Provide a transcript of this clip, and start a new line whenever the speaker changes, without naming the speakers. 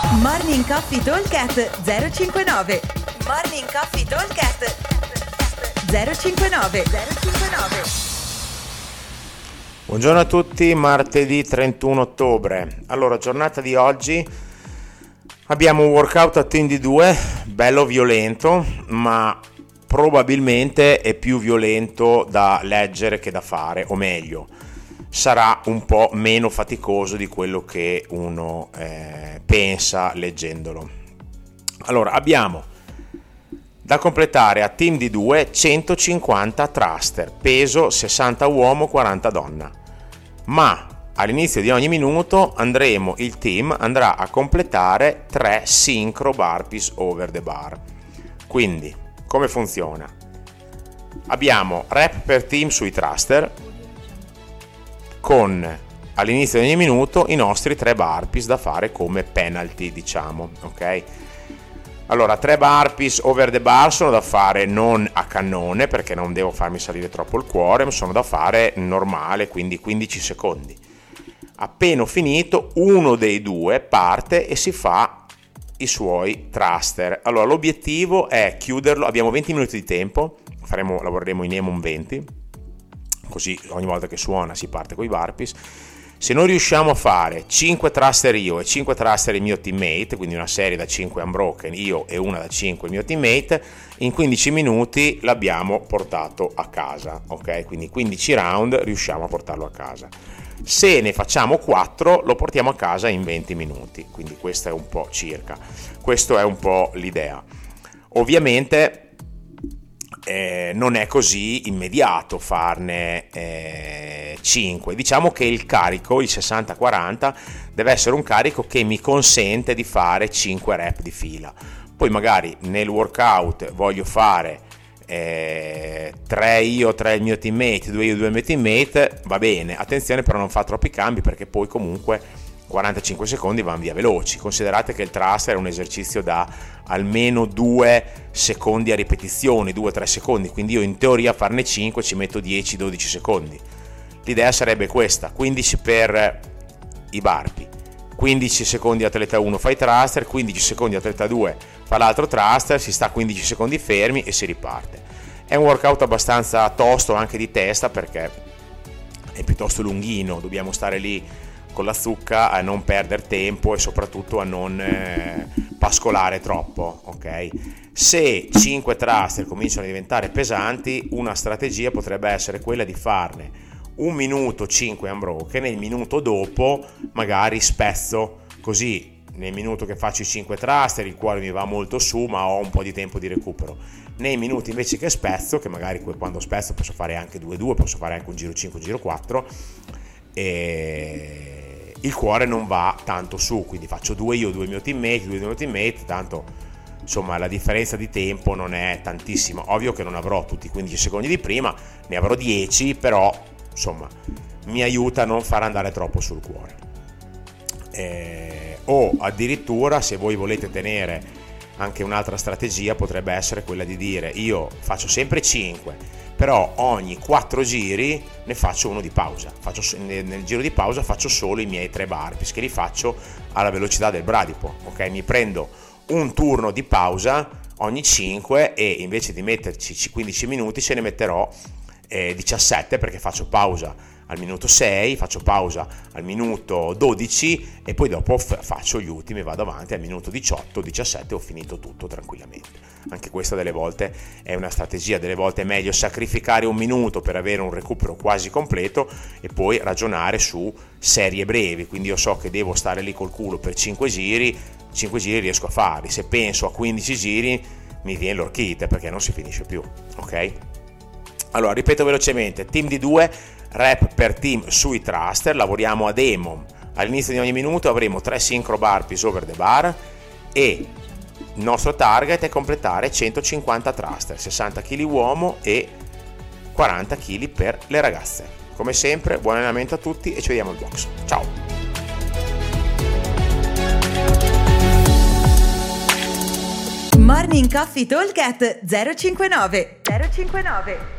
Morning Coffee Talkcast 059. Morning Coffee Talkcast 059.
Buongiorno a tutti, martedì 31 ottobre. Allora, giornata di oggi abbiamo un workout a team di 2, bello violento, ma probabilmente è più violento da leggere che da fare, o meglio, sarà un po' meno faticoso di quello che uno pensa leggendolo. Allora, abbiamo da completare a team di 2 150 thruster, peso 60 uomo, 40 donna, ma all'inizio di ogni minuto il team andrà a completare 3 synchro burpees over the bar. Quindi, come funziona? Abbiamo rep per team sui thruster, con all'inizio di ogni minuto i nostri 3 burpees da fare come penalty, diciamo, ok? Allora, 3 burpees over the bar sono da fare non a cannone, perché non devo farmi salire troppo il cuore, ma sono da fare normale, quindi 15 secondi. Appena finito, uno dei due parte e si fa i suoi thruster. Allora, l'obiettivo è chiuderlo, abbiamo 20 minuti di tempo, lavoreremo in EMOM 20, così ogni volta che suona si parte con i burpees. Se noi riusciamo a fare 5 thruster io e 5 thruster il mio teammate, quindi una serie da 5 unbroken io e una da 5 il mio teammate, in 15 minuti l'abbiamo portato a casa, ok? Quindi 15 round riusciamo a portarlo a casa. Se ne facciamo 4 lo portiamo a casa in 20 minuti, quindi questa è un po' l'idea. Ovviamente non è così immediato farne 5. Diciamo che il carico, il 60-40, deve essere un carico che mi consente di fare 5 rep di fila. Poi magari nel workout voglio fare 3 io, 3 il mio teammate, 2 io, 2 il mio teammate, va bene. Attenzione però non fa troppi cambi, perché poi comunque 45 secondi vanno via veloci. Considerate che il thruster è un esercizio da almeno 2 secondi a ripetizione, 2-3 secondi, quindi io in teoria a farne 5 ci metto 10-12 secondi. L'idea sarebbe questa: 15 per i burpee, 15 secondi atleta 1 fa i thruster, 15 secondi atleta 2 fa l'altro thruster, si sta 15 secondi fermi e si riparte. È un workout abbastanza tosto anche di testa, perché è piuttosto lunghino, dobbiamo stare lì con la zucca a non perdere tempo e soprattutto a non pascolare troppo, ok? Se 5 thruster cominciano a diventare pesanti, una strategia potrebbe essere quella di farne 1 minuto 5 unbroken e il minuto dopo magari spezzo, così nel minuto che faccio i 5 thruster il cuore mi va molto su, ma ho un po' di tempo di recupero. Nei minuti invece che spezzo, che magari quando spezzo posso fare anche 2-2, posso fare anche un giro 5, un giro 4, e il cuore non va tanto su, quindi faccio 2 io, 2 il mio teammate, 2 il mio teammate, tanto insomma la differenza di tempo non è tantissima. Ovvio che non avrò tutti i 15 secondi di prima, ne avrò 10, però insomma mi aiuta a non far andare troppo sul cuore. O addirittura, se voi volete tenere anche un'altra strategia, potrebbe essere quella di dire: io faccio sempre 5, però ogni 4 giri ne faccio uno di pausa, nel giro di pausa faccio solo i miei 3 burpees, che li faccio alla velocità del bradipo, ok? Mi prendo un turno di pausa ogni 5 e invece di metterci 15 minuti ce ne metterò 17, perché faccio pausa al minuto 6, faccio pausa al minuto 12 e poi dopo faccio gli ultimi, vado avanti al minuto 18, 17 ho finito tutto tranquillamente. Anche questa delle volte è una strategia, delle volte è meglio sacrificare un minuto per avere un recupero quasi completo e poi ragionare su serie brevi, quindi io so che devo stare lì col culo per 5 giri riesco a farli, se penso a 15 giri mi viene l'orchite, perché non si finisce più, ok? Allora, ripeto velocemente: team di 2, rep per team sui thruster, lavoriamo ad EMOM, all'inizio di ogni minuto avremo 3 synchro burpees over the bar e il nostro target è completare 150 thruster, 60 kg uomo e 40 kg per le ragazze. Come sempre, buon allenamento a tutti e ci vediamo al box. Ciao!
Morning Coffee Talkcast 059.